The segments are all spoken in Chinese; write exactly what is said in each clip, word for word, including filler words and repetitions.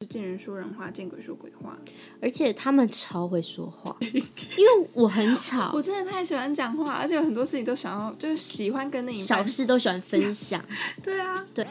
见人说人话，见鬼说鬼话， 而且他们超会说话，因为我很吵， 我真的太喜欢讲话，而且有很多事情都想要，就是喜欢跟另一半小事都喜欢分享。 对啊， 对。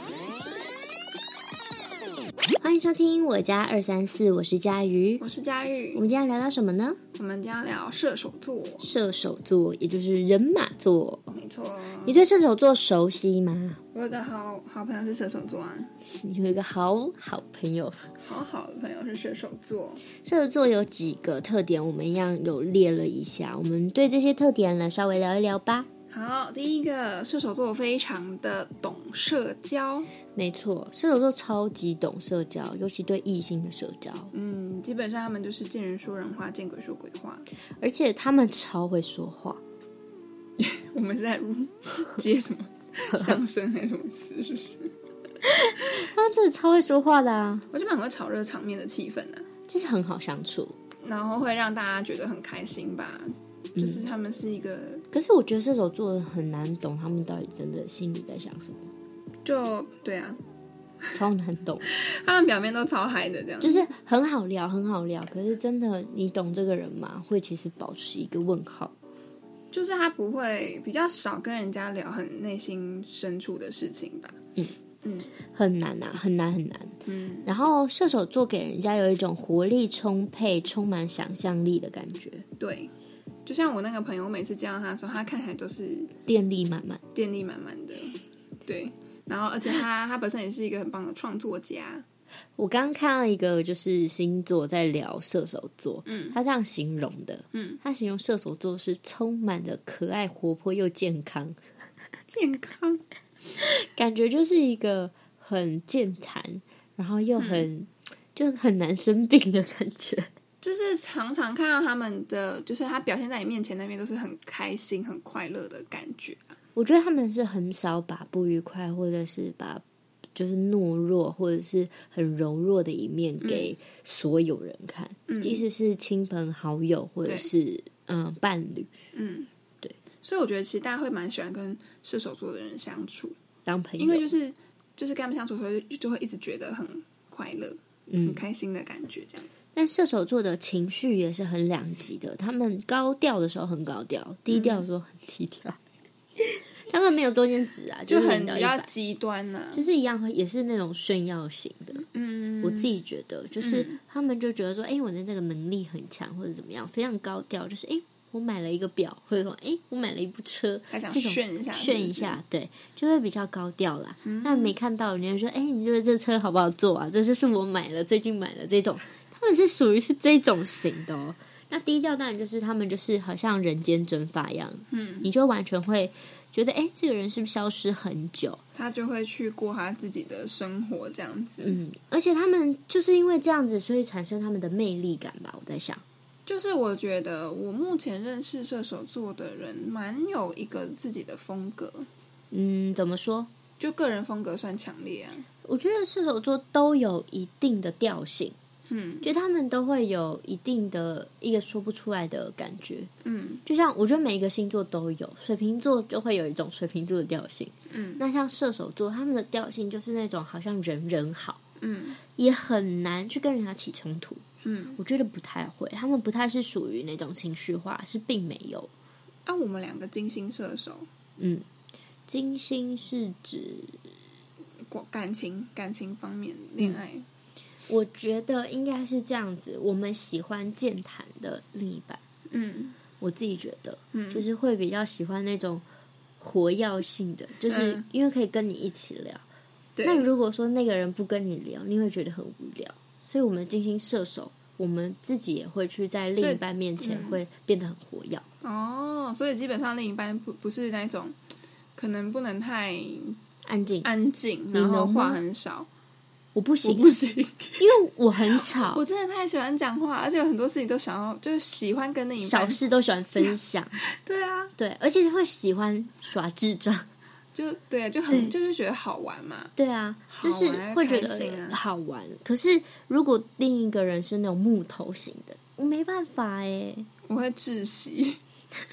欢迎收听我家二三四，我是佳瑜， 我是佳玉。 我们今天要聊聊什么呢？ 我们今天要聊射手座。 射手座，也就是人马座。 没错。 你对射手座熟悉吗？ 我有个好好朋友是射手座啊。 你有一个好好朋友， 好好的朋友是射手座。 射手座有几个特点，我们一样有列了一下，我们对这些特点来稍微聊一聊吧。 好，第一个，射手座非常的懂社交。 没错，射手座超级懂社交，尤其对异性的社交。 嗯，基本上他们就是见人说人话，见鬼说鬼话， 而且他们超会说话。 我们是在接什么相声还是什么词？是不是？ 他们真的超会说话的啊！ 我觉得很会炒热场面的气氛啊， 就是很好相处， 然后会让大家觉得很开心吧。就是他们是一个、嗯， 可是我觉得射手座很难懂他们到底真的心里在想什么。 就对啊， 超难懂。 他们表面都超嗨的，这样就是很好聊，很好聊。可是真的，你懂这个人吗？会其实保持一个问号。 就是他不会比较少跟人家聊很内心深处的事情吧。 嗯嗯， 很难啊，很难很难。 嗯， 然后射手座给人家有一种活力充沛、充满想象力的感觉。 对。就像我那个朋友，我每次见到他的时候，他看起来都是电力满满， 电力满满的，对。然后，而且他他本身也是一个很棒的创作家。 我刚刚看到一个就是星座在聊射手座，嗯，他这样形容的，嗯，他形容射手座是充满了可爱、活泼又健康， 健康， 感觉就是一个很健谈，然后又很、嗯、就很难生病的感觉。 就是常常看到他们的，就是他表现在你面前那边都是很开心、很快乐的感觉、啊。 我觉得他们是很少把不愉快，或者是把就是懦弱，或者是很柔弱的一面给所有人看，嗯、即使是亲朋好友，或者是嗯、呃、伴侣。嗯，对。 所以我觉得其实大家会蛮喜欢跟射手座的人相处， 当朋友， 因为就是就是跟他们相处的时候，就会一直觉得很快乐、嗯、很开心的感觉，这样。 但射手座的情绪也是很两极的，他们高调的时候很高调，低调的时候很低调，嗯、他们没有中间值啊， 就很比较极端啊， 就是一样，也是那种炫耀型的。嗯，我自己觉得，就是他们就觉得说，哎、欸，我的那个能力很强，或者怎么样，非常高调，就是哎、欸，我买了一个表，或者说哎、欸，我买了一部车， 还想炫一下， 炫一下，对，就会比较高调啦。嗯、那没看到人家说，哎、欸，你觉得这车好不好坐啊？这就是我买了，最近买了这种。他们是属于是这种型的哦。那低调当然就是他们就是好像人间蒸发一样，嗯，你就完全会觉得，哎，这个人是不是消失很久？ 他就会去过他自己的生活，这样子。 嗯，而且他们就是因为这样子，所以产生他们的魅力感吧。我在想， 就是我觉得我目前认识射手座的人，蛮有一个自己的风格。 嗯，怎么说？ 就个人风格算强烈啊。 我觉得射手座都有一定的调性。 嗯， 就他们都会有一定的一个说不出来的感觉， 嗯， 就像我觉得每一个星座都有，水瓶座就会有一种水瓶座的调性， 嗯， 那像射手座他们的调性就是那种好像人人好， 嗯， 也很难去跟人家起冲突， 嗯， 我觉得不太会，他们不太是属于那种情绪化，是并没有。 啊，我们两个金星射手， 嗯，金星是指感情感情方面恋爱。嗯， 我觉得应该是这样子，我们喜欢健谈的另一半， 嗯， 我自己觉得， 嗯， 就是会比较喜欢那种活跃性的，就是因为可以跟你一起聊。嗯、那如果说那个人不跟你聊，你会觉得很无聊。所以，我们金星射手，我们自己也会去在另一半面前会变得很活跃。 嗯、哦，所以基本上另一半不不是那种可能不能太安静， 安静，然后话很少。 我不行， 我不行，因为我很吵。 我真的太喜欢讲话，而且有很多事情都想要，就是喜欢跟另一半小事都喜欢分享。 对啊， 对，而且会喜欢耍智障， 就对啊，就很就是觉得好玩嘛。 对啊，就是会觉得好玩。可是如果另一个人是那种木头型的，我没办法哎， 我会窒息。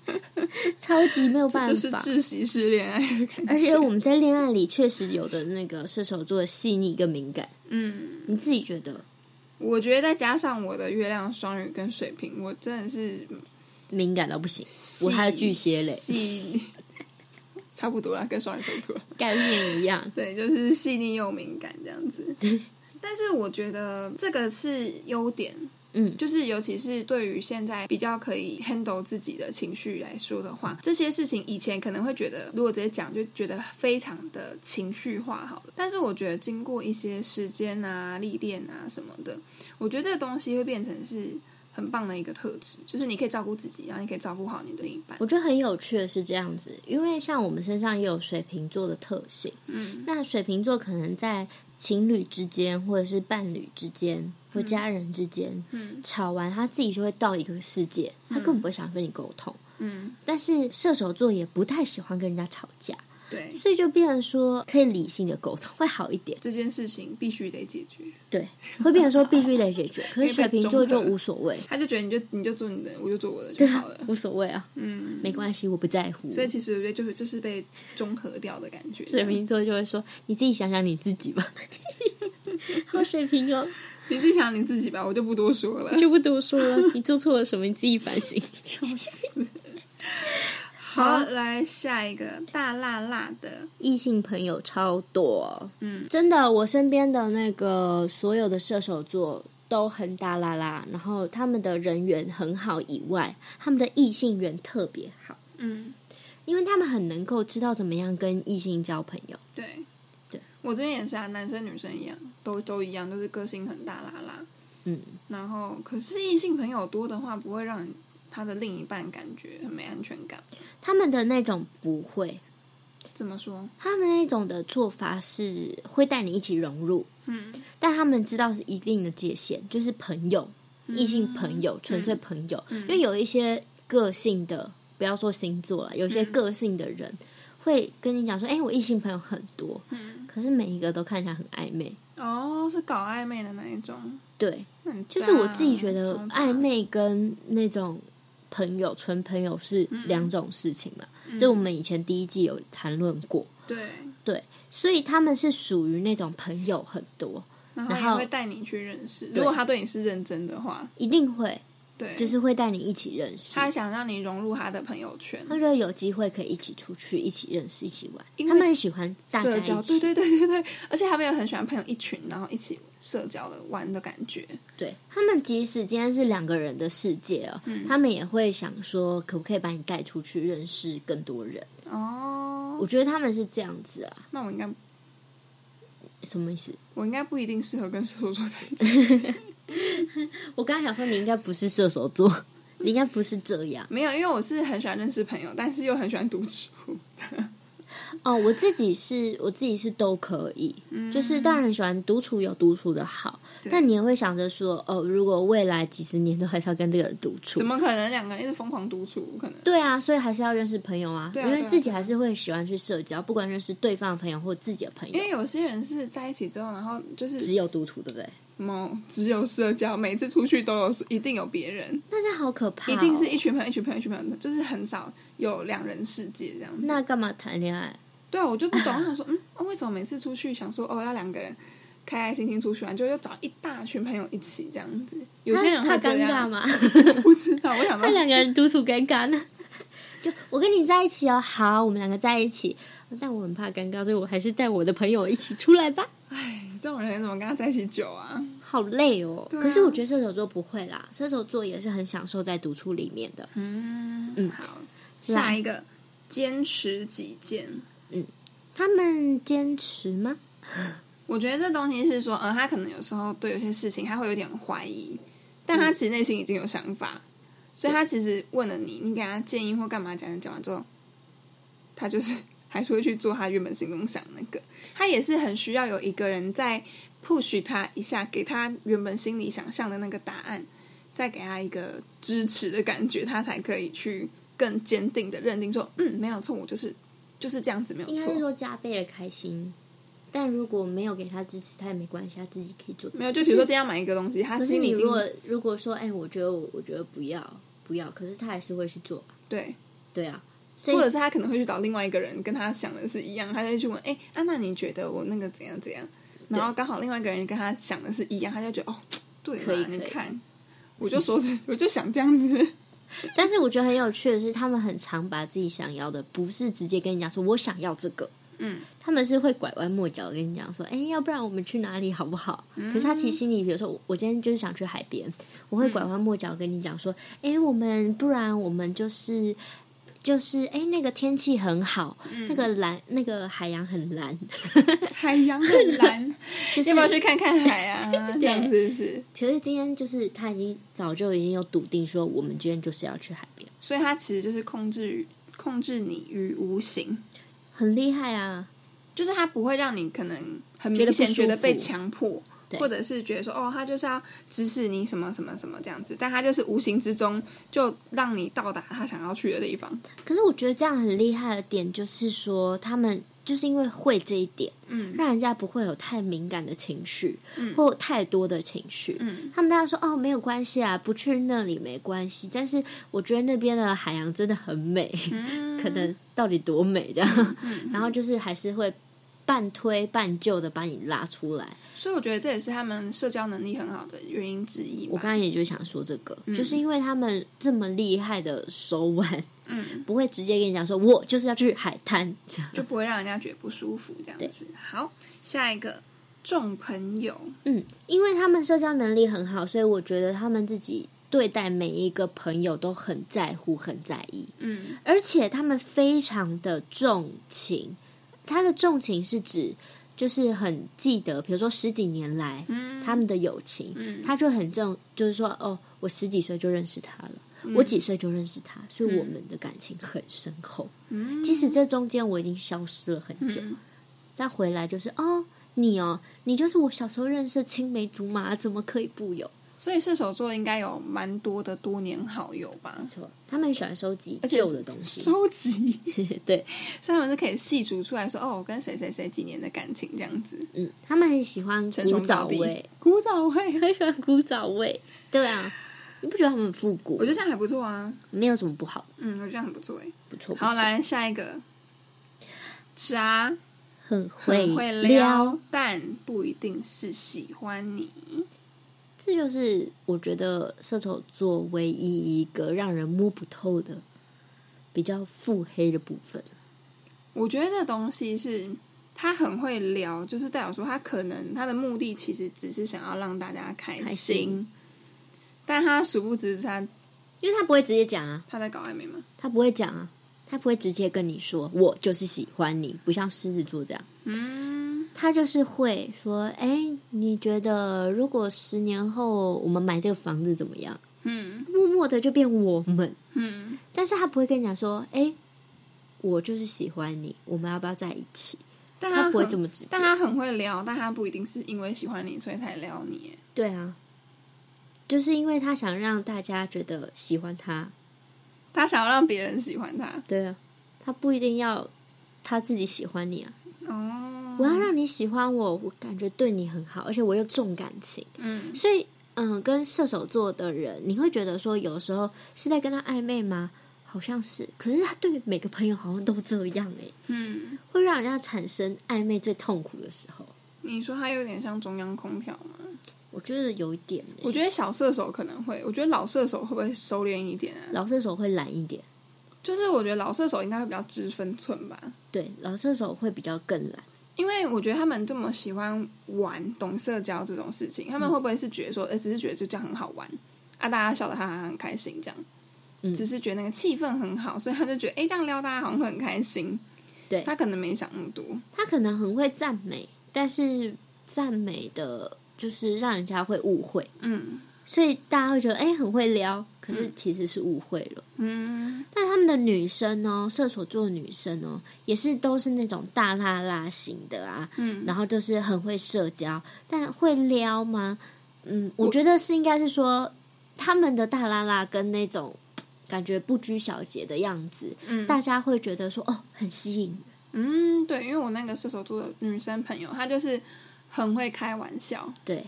超级没有办法， 就是窒息式恋爱的感觉。 而且我们在恋爱里确实有的那个射手座的细腻跟敏感。嗯，你自己觉得？ 我觉得再加上我的月亮双鱼跟水瓶，我真的是敏感到不行。我还有巨蟹嘞， 细差不多啦，跟双鱼差不多， 概念一样。 对，就是细腻又敏感这样子。但是我觉得这个是优点。嗯，就是尤其是对于现在比较可以 handle 自己的情绪来说的话，这些事情以前可能会觉得，如果直接讲就觉得非常的情绪化好了。但是我觉得经过一些时间啊、历练啊什么的，我觉得这个东西会变成是很棒的一个特质，就是你可以照顾自己，然后你可以照顾好你的另一半。 我觉得很有趣的是这样子，因为像我们身上也有水瓶座的特性，嗯，那水瓶座可能在情侣之间或者是伴侣之间或家人之间、嗯、吵完他自己就会到一个世界，他根本不会想跟你沟通，嗯，但是射手座也不太喜欢跟人家吵架， 对， 所以就变成说可以理性的沟通会好一点， 这件事情必须得解决， 对，会变成说必须得解决可是水瓶座就无所谓， 他就觉得你就你就做你的，我就做我的就好了， 无所谓啊，嗯，没关系，我不在乎。 所以其实我觉得就是就是被中和掉的感觉。 水瓶座就会说你自己想想你自己吧好水瓶哦， 你自己想你自己吧，我就不多说了， 就不多说了。你做错了什么，你自己反省。 笑死。好，来下一个大辣辣的异性朋友超多，嗯，真的，我身边的那个所有的射手座都很大辣辣，然后他们的人缘很好以外，他们的异性缘特别好，嗯，因为他们很能够知道怎么样跟异性交朋友。 对。我这边也是啊，男生女生一样，都都一样，都是个性很大啦啦。嗯，然后可是异性朋友多的话，不会让他的另一半感觉很没安全感。 他们的那种不会， 怎么说？ 他们那种的做法是会带你一起融入，嗯，但他们知道是一定的界限，就是朋友，异性朋友，纯粹朋友。嗯、因为有一些个性的，不要说星座了，有些个性的人。嗯会跟你讲说，哎、欸，我异性朋友很多，嗯，可是每一个都看起来很暧昧。 哦，是搞暧昧的那一种。 对，就是我自己觉得暧昧跟那种朋友、纯朋友是两种事情嘛。嗯、就我们以前第一季有谈论过。 对对，所以他们是属于那种朋友很多， 然后也会带你去认识。如果他对你是认真的话， 一定会。 对， 就是会带你一起认识， 他想让你融入他的朋友圈， 他觉得有机会可以一起出去，一起认识，一起玩。他们很喜欢大家一起， 对对对对对，而且他们也很喜欢朋友一群，然后一起社交的玩的感觉。 对，他们即使今天是两个人的世界哦，嗯、他们也会想说，可不可以把你带出去认识更多人？哦，我觉得他们是这样子啊。 那我应该什么意思？ 我应该不一定适合跟射手座在一起。 我刚刚想说你应该不是射手座，你应该不是这样。 没有，因为我是很喜欢认识朋友，但是又很喜欢独处。 哦，我自己是我自己是都可以，嗯、就是当然很喜欢独处，有独处的好，但你也会想着说，哦，如果未来几十年都还是要跟这个人独处， 怎么可能两个人一直疯狂独处？不可能。 对啊，所以还是要认识朋友啊， 啊因为自己还是会喜欢去社交，不管认识对方的朋友或自己的朋友。 因为有些人是在一起之后，然后就是只有独处，对不对？ 嗯，只有社交，每次出去都有，一定有别人。 那这好可怕、哦！ 一定是一群朋友，一群朋友，一群朋友，就是很少有两人世界这样子。 那干嘛谈恋爱？ 对啊，我就不懂，我想说，嗯、哦，为什么每次出去想说，哦，要两个人开开心心出去玩，就要找一大群朋友一起这样子？有些人会这样尴尬吗？ 不知道，我想说， 那两个人独处尴尬呢？就我跟你在一起哦，好，我们两个在一起，但我很怕尴尬，所以我还是带我的朋友一起出来吧。 唉，这种人怎么跟他在一起久啊？ 好累哦。 啊、 可是我觉得射手座不会啦，射手座也是很享受在独处里面的。 嗯嗯，好，下一个坚持己见。 嗯，他们坚持吗？ 我觉得这东西是说，呃，他可能有时候对有些事情他会有点怀疑，但他其实内心已经有想法，嗯、所以他其实问了你，你给他建议或干嘛，讲讲完之后，他就是还是会去做他原本心中想的那个。他也是很需要有一个人在 push 他一下，给他原本心里想象的那个答案，再给他一个支持的感觉，他才可以去更坚定的认定说，嗯，没有错，我就是。就是这样子，没有错。 应该是说加倍的开心，但如果没有给他支持，他也没关系，他自己可以做。 没有，就比如说今天要买一个东西，他心里如果如果说，哎、欸，我觉得我我觉得不要不要，可是他还是会去做。 对， 对啊， 或者是他可能会去找另外一个人跟他想的是一样，他就去问哎、欸啊、那你觉得我那个怎样怎样，然后刚好另外一个人跟他想的是一样，他就觉得哦对嘛，你看我就说是我就想这样子。 但是我觉得很有趣的是，他们很常把自己想要的不是直接跟你讲说我想要这个， 嗯， 他们是会拐弯抹角跟你讲说，哎，要不然我们去哪里好不好？嗯、可是他其实心里，比如说我今天就是想去海边，我会拐弯抹角跟你讲说，哎、嗯，我们不然我们就是就是哎，那个天气很好，嗯、那个蓝那个海洋很蓝， 海洋很蓝， 就是要不要去看看海啊？这样子是。 其实今天就是他已经早就已经有笃定说，我们今天就是要去海边， 所以他其实就是控制控制你于无形， 很厉害啊！ 就是他不会让你可能很明显觉得被强迫。或者是觉得说哦，他就是要指使你什么什么什么这样子，但他就是无形之中就让你到达他想要去的地方。 可是我觉得这样很厉害的点就是说，他们就是因为会这一点，嗯，让人家不会有太敏感的情绪，嗯，或太多的情绪，嗯，他们大家说哦没有关系啊，不去那里没关系。但是我觉得那边的海洋真的很美，嗯、可能到底多美这样，嗯嗯、然后就是还是会半推半就的把你拉出来。 所以我觉得这也是他们社交能力很好的原因之一。 我刚刚也就想说这个、嗯、就是因为他们这么厉害的手腕，嗯，不会直接跟你讲说我就是要去海滩， 就不会让人家觉得不舒服这样子。好，下一个重朋友， 嗯，因为他们社交能力很好，所以我觉得他们自己对待每一个朋友都很在乎很在意，嗯，而且他们非常的重情。他的重情是指就是很记得，比如说十几年来、嗯、他们的友情、嗯、他就很重，就是说哦，我十几岁就认识他了、嗯、我几岁就认识他，所以我们的感情很深厚、嗯、即使这中间我已经消失了很久、嗯、但回来就是哦，你哦你就是我小时候认识的青梅竹马，怎么可以不有？ 所以射手座应该有蛮多的多年好友吧？ 没错，他们很喜欢收集旧的东西， 收集对， 所以他们是可以细数出来说，哦，我跟谁谁谁几年的感情这样子。 嗯，他们很喜欢古早味， 古早味， 很喜欢古早味。对啊，你不觉得他们很复古？ 我觉得这样还不错啊， 没有什么不好的。 嗯，我觉得这样很不错哎， 不错。 好，来下一个，渣， 很会很会撩，但不一定是喜欢你。 这就是我觉得射手座唯一一个让人摸不透的比较腹黑的部分。 我觉得这东西是他很会聊，就是代表说他可能他的目的其实只是想要让大家开心，开心但他殊不知他， 因为他不会直接讲啊， 他在搞暧昧吗？ 他不会讲啊，他不会直接跟你说我就是喜欢你，不像狮子座这样。嗯。他就是会说，哎，你觉得如果十年后我们买这个房子怎么样？嗯，默默的就变我们。嗯，但是他不会跟你讲说，哎，我就是喜欢你，我们要不要在一起？ 但 他, 他不会这么直接， 但他很会聊，但他不一定是因为喜欢你所以才聊你。 对啊，就是因为他想让大家觉得喜欢他， 他想要让别人喜欢他。 对啊，他不一定要他自己喜欢你啊。 哦。 我要让你喜欢我，我感觉对你很好，而且我又重感情，嗯，所以嗯，跟射手座的人，你会觉得说，有时候是在跟他暧昧吗？好像是，可是他对每个朋友好像都这样哎，嗯，会让人家产生暧昧最痛苦的时候。 你说他有点像中央空调吗？ 我觉得有一点， 我觉得小射手可能会，我觉得老射手会不会收敛一点啊？ 老射手会懒一点， 就是我觉得老射手应该会比较知分寸吧。 对，老射手会比较更懒。 因为我觉得他们这么喜欢玩懂社交这种事情，他们会不会是觉得说，哎、嗯，只是觉得这这样很好玩啊，大家笑得他很开心这样，嗯，只是觉得那个气氛很好，所以他就觉得，哎，这样撩大家好像会很开心。 对， 他可能没想那么多， 他可能很会赞美，但是赞美的就是让人家会误会，嗯，所以大家会觉得，哎，很会撩，可是其实是误会了，嗯。但他们的女生哦，射手座的女生哦，也是都是那种大辣辣型的啊，嗯，然后都是很会社交，但会撩吗？嗯，我觉得是应该是说他们的大辣辣跟那种感觉不拘小节的样子，嗯，大家会觉得说哦，很吸引人。 嗯，对，因为我那个射手座的女生朋友，她就是很会开玩笑， 对。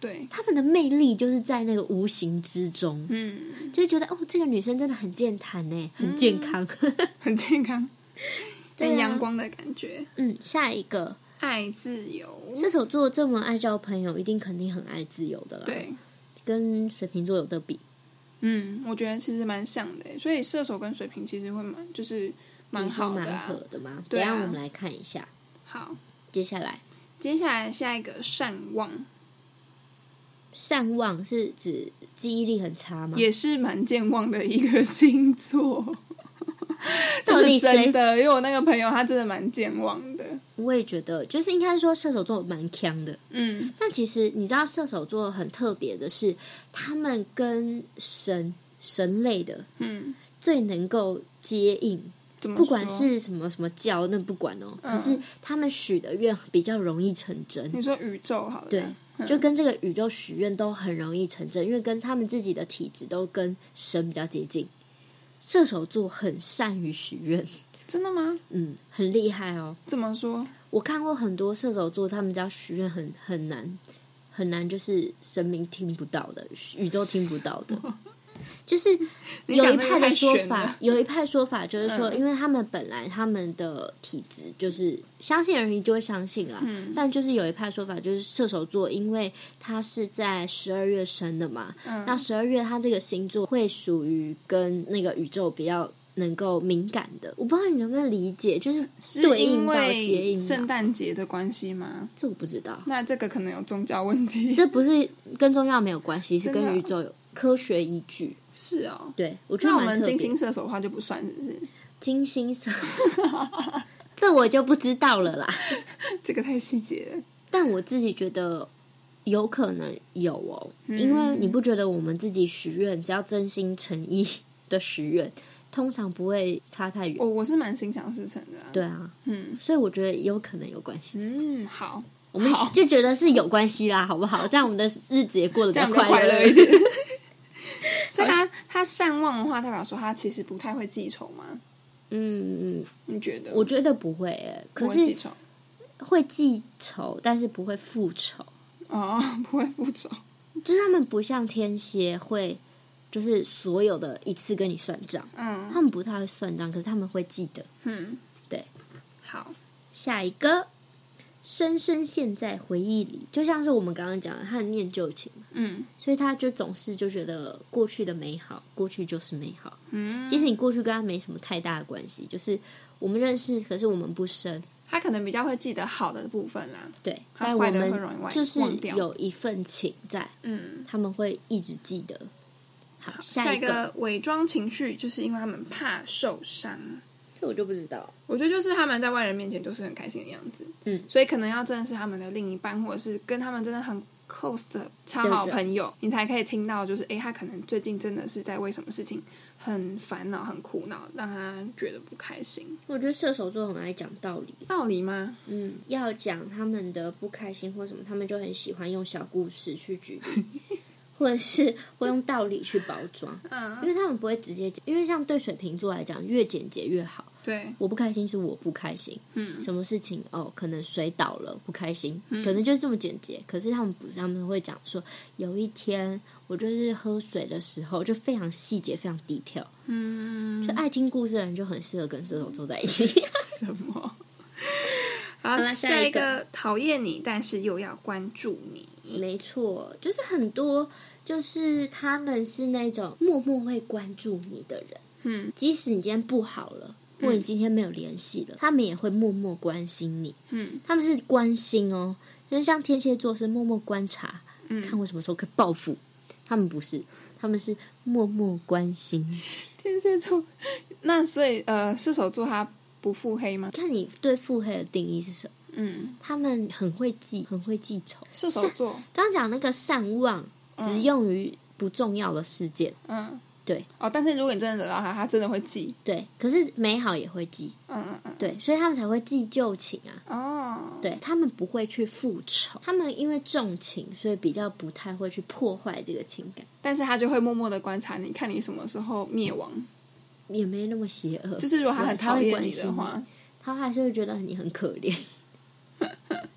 对， 他们的魅力就是在那个无形之中， 嗯， 就会觉得哦，这个女生真的很健谈呢，很健康， 嗯、很健康，很啊、 阳光的感觉。 嗯，下一个爱自由， 射手座这么爱交朋友，一定肯定很爱自由的啦。 对， 跟水瓶座有得比。 嗯，我觉得其实蛮像的，所以射手跟水瓶其实会蛮就是蛮好的、啊， 蛮合的嘛。 对啊， 等一下我们来看一下。 好， 接下来， 接下来下一个善忘。 善忘是指记忆力很差吗？ 也是蛮健忘的一个星座。这是真的，因为我那个朋友他真的蛮健忘的。 我也觉得，就是应该说射手座蛮强的， 嗯。 但其实你知道射手座很特别的是，他们跟神神类的， 嗯， 最能够接应。不管是什么什么教，那不管哦。嗯、可是他们许的愿比较容易成真。 你说宇宙好了， 对，嗯、就跟这个宇宙许愿都很容易成真，因为跟他们自己的体质都跟神比较接近。射手座很善于许愿， 真的吗？ 嗯，很厉害哦。 怎么说？ 我看过很多射手座，他们家许愿很很难，很难，就是神明听不到的，宇宙听不到的。就是有一派的说法，有一派说法就是说，因为他们本来他们的体质就是相信的人就会相信啦，嗯、但就是有一派说法就是射手座，因为他是在十二月生的嘛，嗯、那十二月他这个星座会属于跟那个宇宙比较能够敏感的，我不知道你能不能理解，就是对应到接应到圣诞节的关系吗？ 这我不知道， 那这个可能有宗教问题， 这不是跟宗教没有关系，是跟宇宙有科学依据。 是哦， 对，我觉得那我们金星射手的话就不算，是不是？ 金星射手，这我就不知道了啦。 这个太细节了， 但我自己觉得有可能有哦，嗯、因为你不觉得我们自己许愿，只要真心诚意的许愿，通常不会差太远。 我、哦、我是蛮心想事成的、啊， 对啊， 嗯， 所以我觉得有可能有关系。 嗯，好， 我们就觉得是有关系啦，好不好？这样我们的日子也过得比较快乐一点。所以他他善忘的话，代表说他其实不太会记仇吗？ 嗯， 你觉得？ 我觉得不会诶，可是会记仇，但是不会复仇。 哦，不会复仇， 就是他们不像天蝎会，就是所有的一次跟你算账。嗯，他们不太会算账，可是他们会记得。嗯，对。 好， 下一个。深深陷在回忆里，就像是我们刚刚讲的，他很念旧情嘛，嗯，所以他就总是就觉得过去的美好，过去就是美好，嗯，即使你过去跟他没什么太大的关系，就是我们认识，可是我们不深， 他可能比较会记得好的部分啦， 对，但我们就是有一份情在，嗯，他们会一直记得。好， 下一个伪装情绪，就是因为他们怕受伤。 这我就不知道， 我觉得就是他们在外人面前都是很开心的样子，嗯，所以可能要真的是他们的另一半，或者是跟他们真的很 close 的超好朋友，你才可以听到，就是哎，他可能最近真的是在为什么事情很烦恼、很苦恼，让他觉得不开心。 我觉得射手座很爱讲道理， 道理吗？ 嗯，要讲他们的不开心或什么，他们就很喜欢用小故事去举例。或者是会用道理去包装，嗯，因为他们不会直接讲，因为像对水瓶座来讲，越简洁越好。 对， 我不开心是我不开心，嗯，什么事情哦，可能水倒了不开心，嗯、可能就是这么简洁。可是他们不是，他们会讲说，有一天我就是喝水的时候，就非常细节，非常低调，嗯，就爱听故事的人就很适合跟射手座在一起。 什么？好，下一个讨厌你，但是又要关注你。 没错，就是很多，就是他们是那种默默会关注你的人。嗯，即使你今天不好了，或者你今天没有联系了，嗯、他们也会默默关心你。嗯，他们是关心哦，就是像天蝎座是默默观察，嗯、看我什么时候可以报复。他们不是，他们是默默关心。 天蝎座，那所以呃，射手座他不腹黑吗？ 看你对腹黑的定义是什么？嗯，他们很会记，很会记仇。 射手座刚刚讲那个善忘，只用于不重要的事件。嗯，对。 哦，但是如果你真的惹到他，他真的会记。 对，可是美好也会记。嗯嗯嗯。对，所以他们才会记旧情啊。哦。对，他们不会去复仇，他们因为重情，所以比较不太会去破坏这个情感。 但是他就会默默的观察你，看你什么时候灭亡。 也没那么邪恶。 就是如果他很讨厌你的话， 他还是会觉得你很可怜。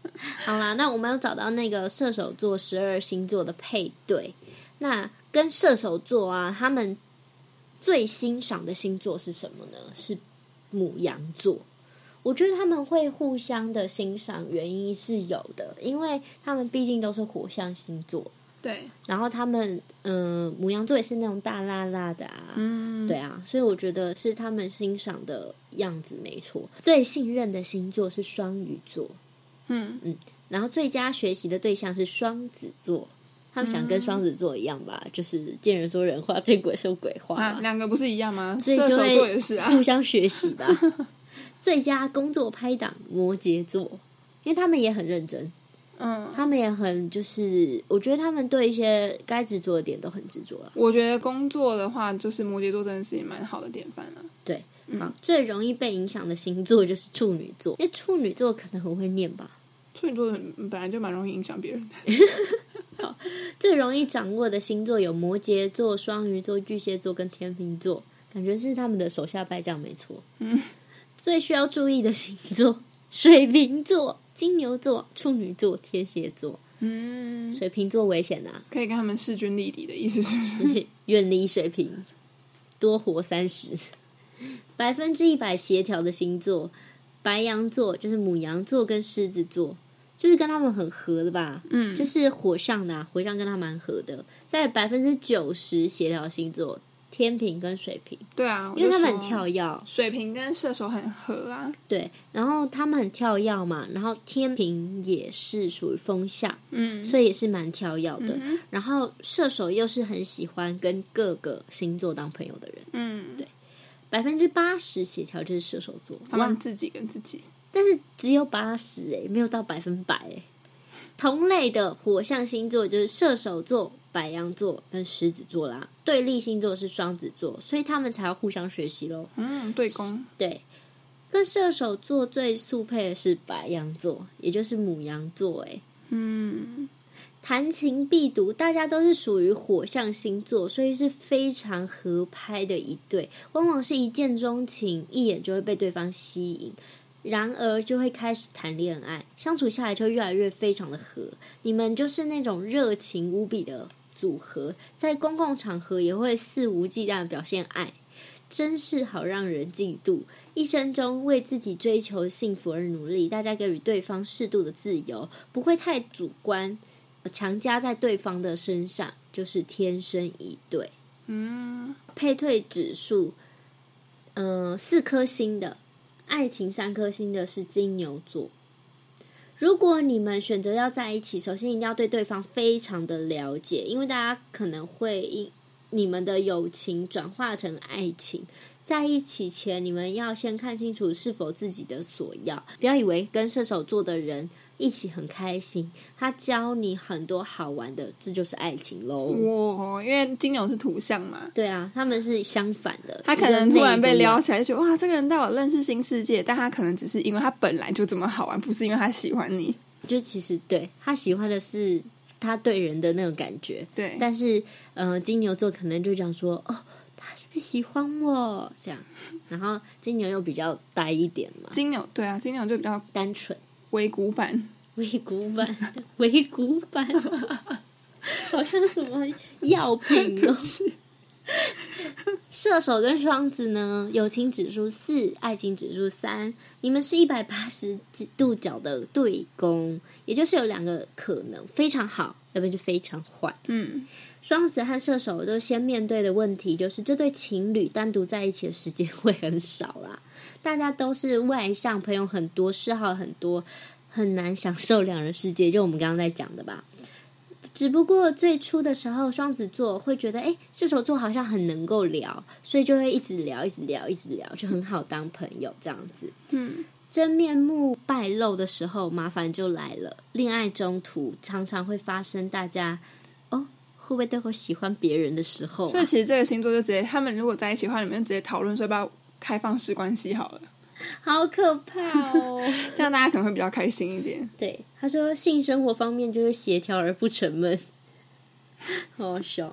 好啦，那我们有找到那个射手座十二星座的配对，那跟射手座啊，他们最欣赏的星座是什么呢？是牡羊座。我觉得他们会互相的欣赏，原因是有的，因为他们毕竟都是火象星座。 对， 然后他们，嗯、呃，牡羊座也是那种大辣辣的啊，嗯，对啊，所以我觉得是他们欣赏的样子没错。最信任的星座是双鱼座，嗯嗯，然后最佳学习的对象是双子座。他们想跟双子座一样吧，嗯、就是见人说人话，见鬼说鬼话啊，两个不是一样吗？ 所以就射手座也是啊， 互相学习吧。最佳工作拍档摩羯座，因为他们也很认真，嗯，他们也很就是，我觉得他们对一些该执着的点都很执着了。 我觉得工作的话，就是摩羯座真的是蛮好的典范了。 对，嗯、好，最容易被影响的星座就是处女座，因为处女座可能很会念吧。 处女座本来就蛮容易影响别人的。 好，最容易掌握的星座有摩羯座、双鱼座、巨蟹座跟天秤座，感觉是他们的手下败将没错。嗯，最需要注意的星座：水瓶座、金牛座、处女座、天蝎座。嗯，水瓶座危险啊， 可以跟他们势均力敌的意思是不是？ 远离水瓶，多活三十。百分之一百协调的星座，白羊座就是牡羊座跟狮子座。就是跟他们很合的吧，嗯，就是火象的、啊，火象跟他蛮合的。在百分之九十协调星座，天秤跟水瓶， 对啊， 因为他们很跳跃， 水瓶跟射手很合啊， 对，然后他们很跳跃嘛，然后天秤也是属于风象，嗯，所以也是蛮跳跃的。嗯、然后射手又是很喜欢跟各个星座当朋友的人，嗯，对，百分之八十协调就是射手座， 他们自己跟自己。 但是只有八十哎，没有到百分百哎。同类的火象星座就是射手座、白羊座跟狮子座啦，对立星座是双子座，所以他们才要互相学习咯。 嗯，对攻。 对，跟射手座最速配的是白羊座，也就是牡羊座哎。嗯，谈情必读，大家都是属于火象星座，所以是非常合拍的一对，往往是一见钟情，一眼就会被对方吸引。然而就会开始谈恋爱，相处下来就越来越非常的合，你们就是那种热情无比的组合，在公共场合也会肆无忌惮的表现爱，真是好让人嫉妒。一生中为自己追求幸福而努力，大家给予对方适度的自由，不会太主观，强加在对方的身上，就是天生一对。嗯，配对指数，呃，四颗星的。爱情三颗星的是金牛座。如果你们选择要在一起，首先一定要对对方非常的了解，因为大家可能会因你们的友情转化成爱情。在一起前，你们要先看清楚是否自己的所要，不要以为跟射手座的人一起很开心，他教你很多好玩的，这就是爱情咯。 哇，因为金牛是土象嘛， 对啊，他们是相反的。 他可能突然被撩起来，就觉得哇，这个人带我认识新世界，但他可能只是因为他本来就这么好玩，不是因为他喜欢你。 就其实对他喜欢的是他对人的那种感觉， 对。 但是呃，金牛座可能就讲说，哦，他是不是喜欢我这样？然后金牛又比较呆一点嘛。 金牛对啊，金牛就比较单纯。 微古版， 微古版，微古版，好像什么药品哦。射手跟双子呢，友情指数四，爱情指数三，你们是一百八十度角的对攻，也就是有两个可能，非常好，要不然就非常坏。嗯，双子和射手都先面对的问题就是，这对情侣单独在一起的时间会很少啦。大家都是外向，朋友很多，嗜好很多，很难享受两人世界，就我们刚刚在讲的吧。只不过最初的时候，双子座会觉得，哎，射手座好像很能够聊，所以就会一直聊，一直聊，一直聊，就很好当朋友这样子。嗯，真面目败露的时候，麻烦就来了。恋爱中途常常会发生，大家哦，会不会都会喜欢别人的时候、啊？ 所以其实这个星座就直接，他们如果在一起的话，你们就直接讨论说要不要开放式关系好了。 好可怕哦！ 这样大家可能会比较开心一点。 对，他说性生活方面就是协调而不沉闷，好好笑。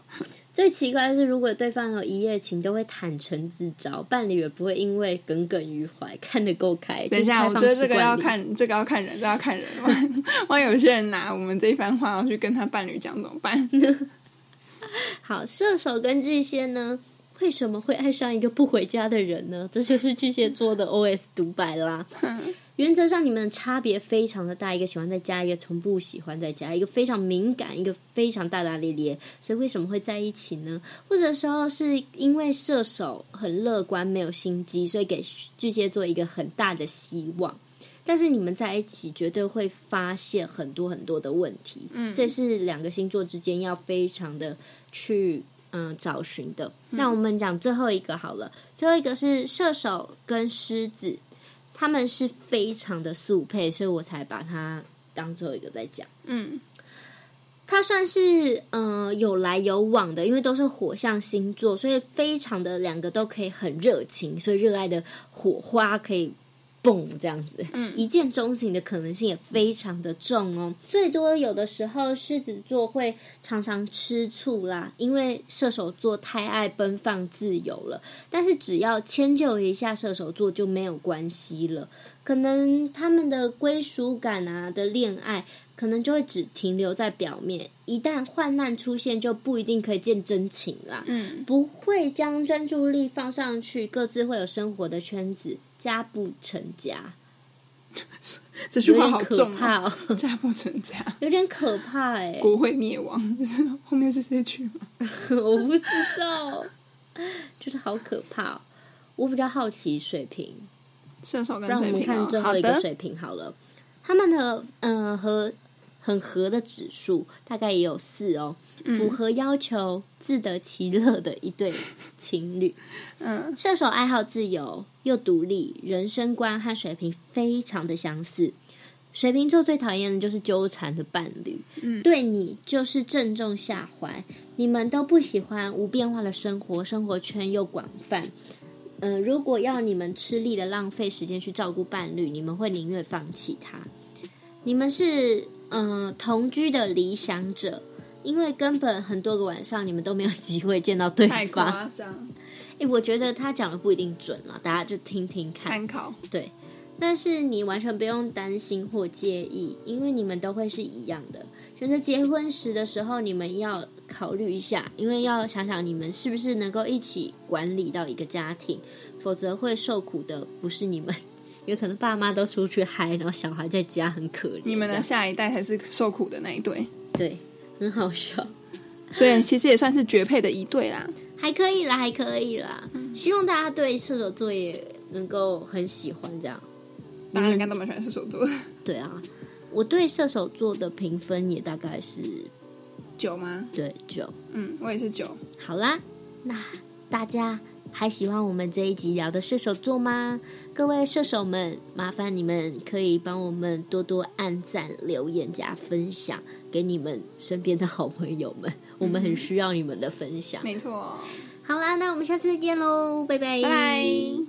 最奇怪的是，如果对方有一夜情，都会坦诚自招，伴侣也不会因为耿耿于怀，看得够开。 等一下， 就是、 我觉得这个要看，这个要看人，这个要看人。万一有些人拿我们这一番话要去跟他伴侣讲怎么办？ 好，射手跟巨蟹呢？为什么会爱上一个不回家的人呢？这就是巨蟹座的 O S 独白啦。原则上你们的差别非常的大，一个喜欢在家，一个从不喜欢在家，一个非常敏感，一个非常大大咧咧，所以为什么会在一起呢？或者说是因为射手很乐观没有心机，所以给巨蟹座一个很大的希望，但是你们在一起绝对会发现很多很多的问题，嗯，这是两个星座之间要非常的去嗯找寻的。那我们讲最后一个好了，最后一个是射手跟狮子，他们是非常的速配，所以我才把它当最后一个在讲。嗯，它算是嗯、呃、有来有往的，因为都是火象星座，所以非常的两个都可以很热情，所以热爱的火花可以蹦这样子，嗯，一见钟情的可能性也非常的重哦。最多有的时候狮子座会常常吃醋啦，因为射手座太爱奔放自由了，但是只要迁就一下射手座就没有关系了。可能他们的归属感啊的恋爱可能就会只停留在表面，一旦患难出现就不一定可以见真情啦，嗯，不会将专注力放上去，各自会有生活的圈子，家不成家。 这句话好重、 哦、怕哦， 家不成家有点可怕哎、欸， 国会灭亡，后面是这句吗？ 我不知道，就是好可怕、哦。我比较好奇水瓶， 射手跟水瓶、哦， 让我们看最后一个水瓶好了。他们的嗯和很合的指数大概也有四哦，符合要求、自得其乐的一对情侣。嗯，射手爱好自由又独立，人生观和水瓶非常的相似。水瓶座最讨厌的就是纠缠的伴侣，嗯，对你就是正中下怀。你们都不喜欢无变化的生活，生活圈又广泛。嗯、呃，如果要你们吃力的浪费时间去照顾伴侣，你们会宁愿放弃他。你们是嗯、呃、同居的理想者，因为根本很多个晚上你们都没有机会见到对方。 太夸张！ 哎，我觉得他讲的不一定准了，大家就听听看， 参考。 对，但是你完全不用担心或介意，因为你们都会是一样的。选择结婚时的时候，你们要考虑一下，因为要想想你们是不是能够一起管理到一个家庭，否则会受苦的不是你们，因为可能爸妈都出去嗨，然后小孩在家很可怜。 你们的下一代才是受苦的那一对， 对，很好笑。 所以其实也算是绝配的一对啦， 还可以啦，还可以啦。嗯、希望大家对射手座也能够很喜欢这样。 大家应该都蛮喜欢射手座。 对啊。我对射手座的评分也大概是九吗？ 对，九。 嗯，我也是九。 好啦，那大家还喜欢我们这一集聊的射手座吗？各位射手们，麻烦你们可以帮我们多多按赞、留言加分享给你们身边的好朋友们，我们很需要你们的分享。 没错。 好啦，那我们下次再见喽，拜拜。 拜拜。